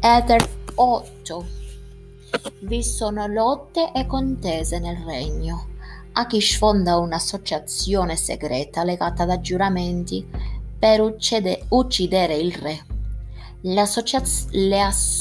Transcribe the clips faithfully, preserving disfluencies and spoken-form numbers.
Ether otto. Vi sono lotte e contese nel regno. Achish fonda un'associazione segreta legata da giuramenti per uccide- uccidere il re. Le, associaz- le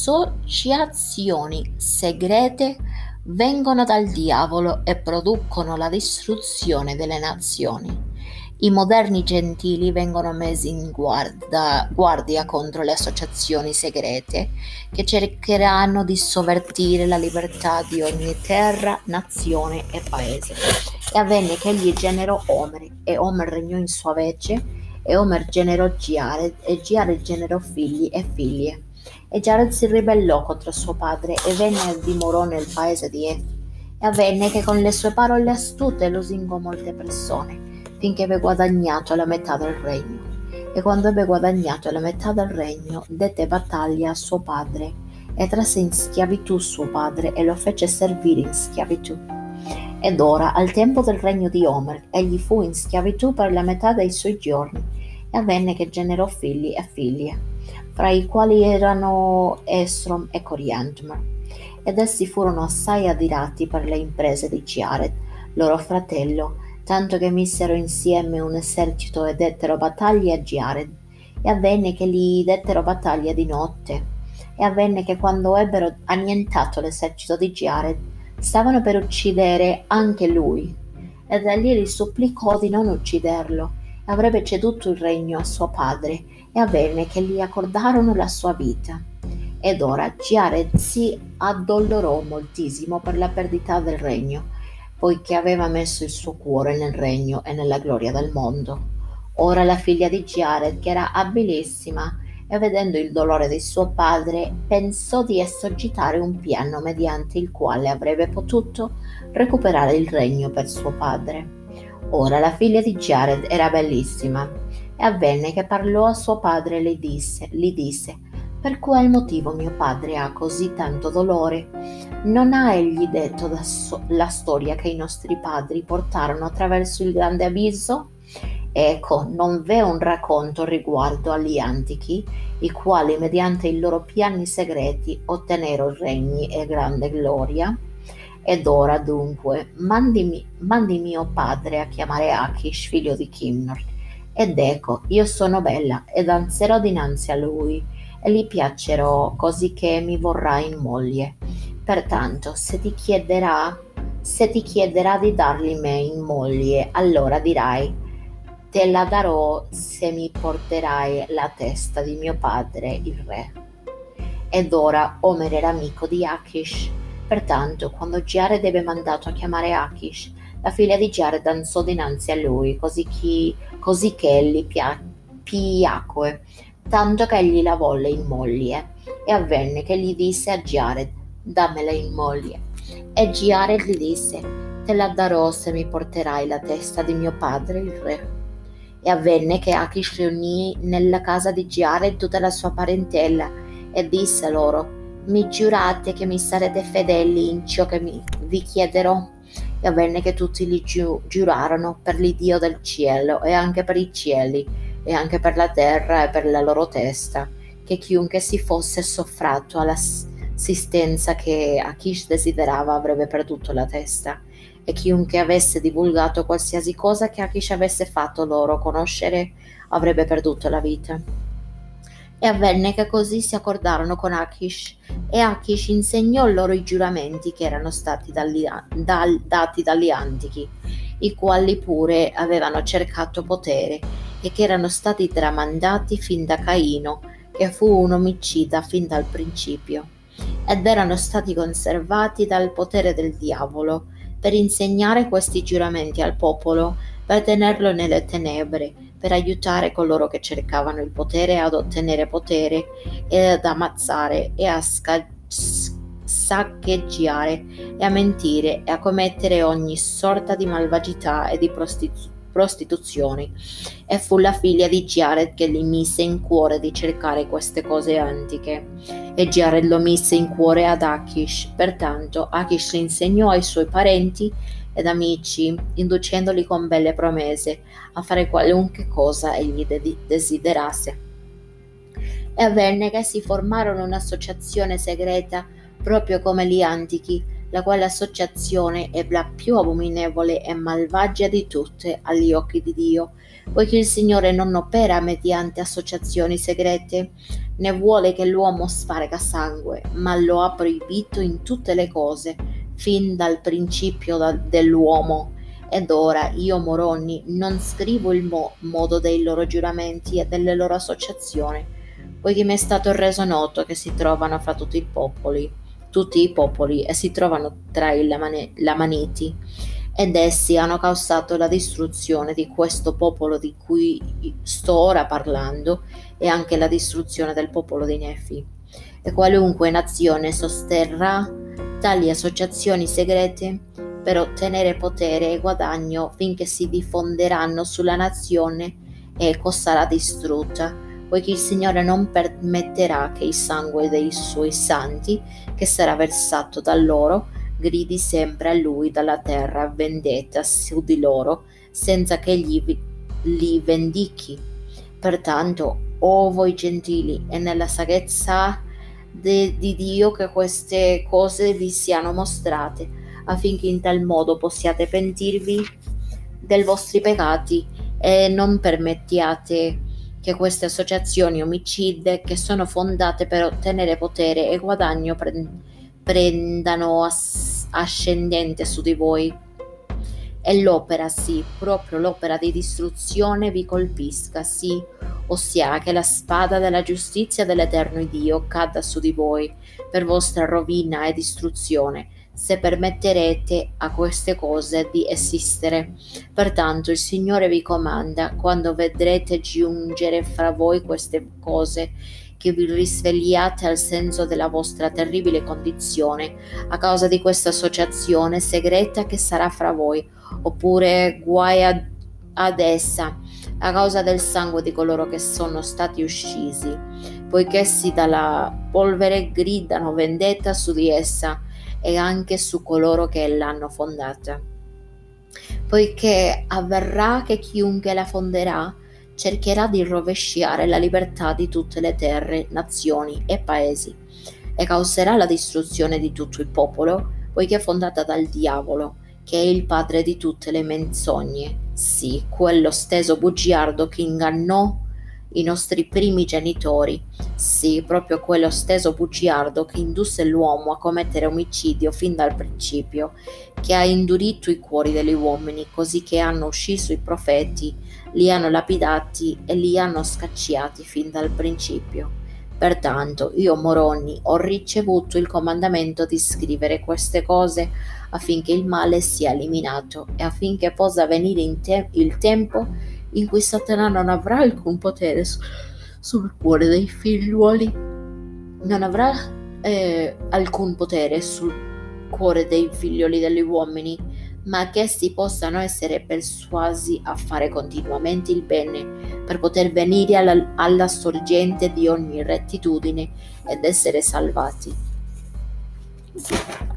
associazioni segrete vengono dal diavolo e producono la distruzione delle nazioni. I moderni gentili vengono messi in guarda- guardia contro le associazioni segrete che cercheranno di sovvertire la libertà di ogni terra, nazione e paese. E avvenne che egli generò Omer, e Omer regnò in sua vece, e Omer generò Giared, e Giared generò figli e figlie. E Giared si ribellò contro suo padre e venne e dimorò nel paese di Ef. E avvenne che con le sue parole astute lusingò molte persone, finché ebbe guadagnato la metà del regno. E quando ebbe guadagnato la metà del regno, dette battaglia a suo padre, e trasse in schiavitù suo padre, e lo fece servire in schiavitù. Ed ora, al tempo del regno di Omer, egli fu in schiavitù per la metà dei suoi giorni, e avvenne che generò figli e figlie, fra i quali erano Esrom e Coriandmer. Ed essi furono assai adirati per le imprese di Giared, loro fratello, tanto che misero insieme un esercito e dettero battaglia a Giared. E avvenne che gli dettero battaglia di notte. E avvenne che quando ebbero annientato l'esercito di Giared, stavano per uccidere anche lui. Ed egli li supplicò di non ucciderlo, e avrebbe ceduto il regno a suo padre. E avvenne che gli accordarono la sua vita. Ed ora Giared si addolorò moltissimo per la perdita del regno, poiché aveva messo il suo cuore nel regno e nella gloria del mondo. Ora la figlia di Giared, che era abilissima, e vedendo il dolore di suo padre, pensò di escogitare un piano mediante il quale avrebbe potuto recuperare il regno per suo padre. Ora la figlia di Giared era bellissima, e avvenne che parlò a suo padre e gli disse, gli disse «Per qual motivo mio padre ha così tanto dolore? Non ha egli detto la, so- la storia che i nostri padri portarono attraverso il grande abisso? Ecco, non v'è un racconto riguardo agli antichi, i quali mediante i loro piani segreti ottennero regni e grande gloria? Ed ora dunque mandi, mandi mio padre a chiamare Achish, figlio di Kimnor, ed ecco, io sono bella, e danzerò dinanzi a lui, e gli piacerò, così che mi vorrà in moglie. Pertanto, se ti chiederà, se ti chiederà di dargli me in moglie, allora dirai, te la darò se mi porterai la testa di mio padre, il re. Ed ora Omer era amico di Achish. Pertanto, quando Giared ebbe mandato a chiamare Achish, la figlia di Giared danzò dinanzi a lui, così, chi, così che egli pia, piacque, tanto che egli la volle in moglie. E avvenne che gli disse a Giared, dammela in moglie. E Giared gli disse, te la darò se mi porterai la testa di mio padre, il re. E avvenne che Achish riunì nella casa di Giared tutta la sua parentela, e disse loro, mi giurate che mi sarete fedeli in ciò che mi, vi chiederò? E avvenne che tutti gli giu, giurarono per l'Iddio del cielo, e anche per i cieli, e anche per la terra e per la loro testa, che chiunque si fosse soffratto all'assistenza che Achish desiderava avrebbe perduto la testa, e chiunque avesse divulgato qualsiasi cosa che Achish avesse fatto loro conoscere avrebbe perduto la vita. E avvenne che così si accordarono con Achish, e Achish insegnò loro i giuramenti che erano stati dagli, dal, dati dagli antichi, i quali pure avevano cercato potere e che erano stati tramandati fin da Caino, che fu un omicida fin dal principio, ed erano stati conservati dal potere del diavolo per insegnare questi giuramenti al popolo, per tenerlo nelle tenebre, per aiutare coloro che cercavano il potere ad ottenere potere e ad ammazzare e a sca- saccheggiare e a mentire e a commettere ogni sorta di malvagità e di prostitu- prostituzioni. E fu la figlia di Giared che gli mise in cuore di cercare queste cose antiche. E Giared lo mise in cuore ad Achish. Pertanto Achish le insegnò ai suoi parenti ed amici, inducendoli con belle promesse a fare qualunque cosa egli de- desiderasse. E avvenne che si formarono un'associazione segreta proprio come gli antichi, la quale associazione è la più abominevole e malvagia di tutte agli occhi di Dio, poiché il Signore non opera mediante associazioni segrete, né vuole che l'uomo sparga sangue, ma lo ha proibito in tutte le cose, fin dal principio da- dell'uomo. Ed ora io, Moroni, non scrivo il mo- modo dei loro giuramenti e delle loro associazioni, poiché mi è stato reso noto che si trovano fra tutti i popoli, tutti i popoli e si trovano tra i lamane- lamaniti, ed essi hanno causato la distruzione di questo popolo di cui sto ora parlando e anche la distruzione del popolo di Nefi. E qualunque nazione sosterrà tali associazioni segrete per ottenere potere e guadagno finché si diffonderanno sulla nazione, ecco sarà distrutta, poiché il Signore non permetterà che il sangue dei suoi santi, che sarà versato da loro, gridi sempre a lui dalla terra vendetta su di loro, senza che egli vi- li vendichi. Pertanto, o voi gentili, è nella saggezza de- di Dio che queste cose vi siano mostrate, affinché in tal modo possiate pentirvi dei vostri peccati e non permettiate che queste associazioni omicide, che sono fondate per ottenere potere e guadagno, pre- prendano as- ascendente su di voi. E l'opera, sì, proprio l'opera di distruzione vi colpisca, sì, ossia che la spada della giustizia dell'eterno Dio cada su di voi per vostra rovina e distruzione, se permetterete a queste cose di esistere. Pertanto il Signore vi comanda, quando vedrete giungere fra voi queste cose, che vi risvegliate al senso della vostra terribile condizione a causa di questa associazione segreta che sarà fra voi, oppure guai ad, ad essa a causa del sangue di coloro che sono stati uccisi, poiché essi dalla polvere gridano vendetta su di essa e anche su coloro che l'hanno fondata. Poiché avverrà che chiunque la fonderà cercherà di rovesciare la libertà di tutte le terre, nazioni e paesi, e causerà la distruzione di tutto il popolo, poiché è fondata dal diavolo, che è il padre di tutte le menzogne, sì, quello steso bugiardo che ingannò i nostri primi genitori, sì, proprio quello steso bugiardo che indusse l'uomo a commettere omicidio fin dal principio, che ha indurito i cuori degli uomini, così che hanno ucciso i profeti, li hanno lapidati e li hanno scacciati fin dal principio. Pertanto io, Moroni, ho ricevuto il comandamento di scrivere queste cose affinché il male sia eliminato e affinché possa venire in te- il tempo in cui Satana non avrà alcun potere su- sul cuore dei figliuoli, non avrà eh, alcun potere sul cuore dei figlioli degli uomini, ma che essi possano essere persuasi a fare continuamente il bene, per poter venire alla, alla sorgente di ogni rettitudine ed essere salvati.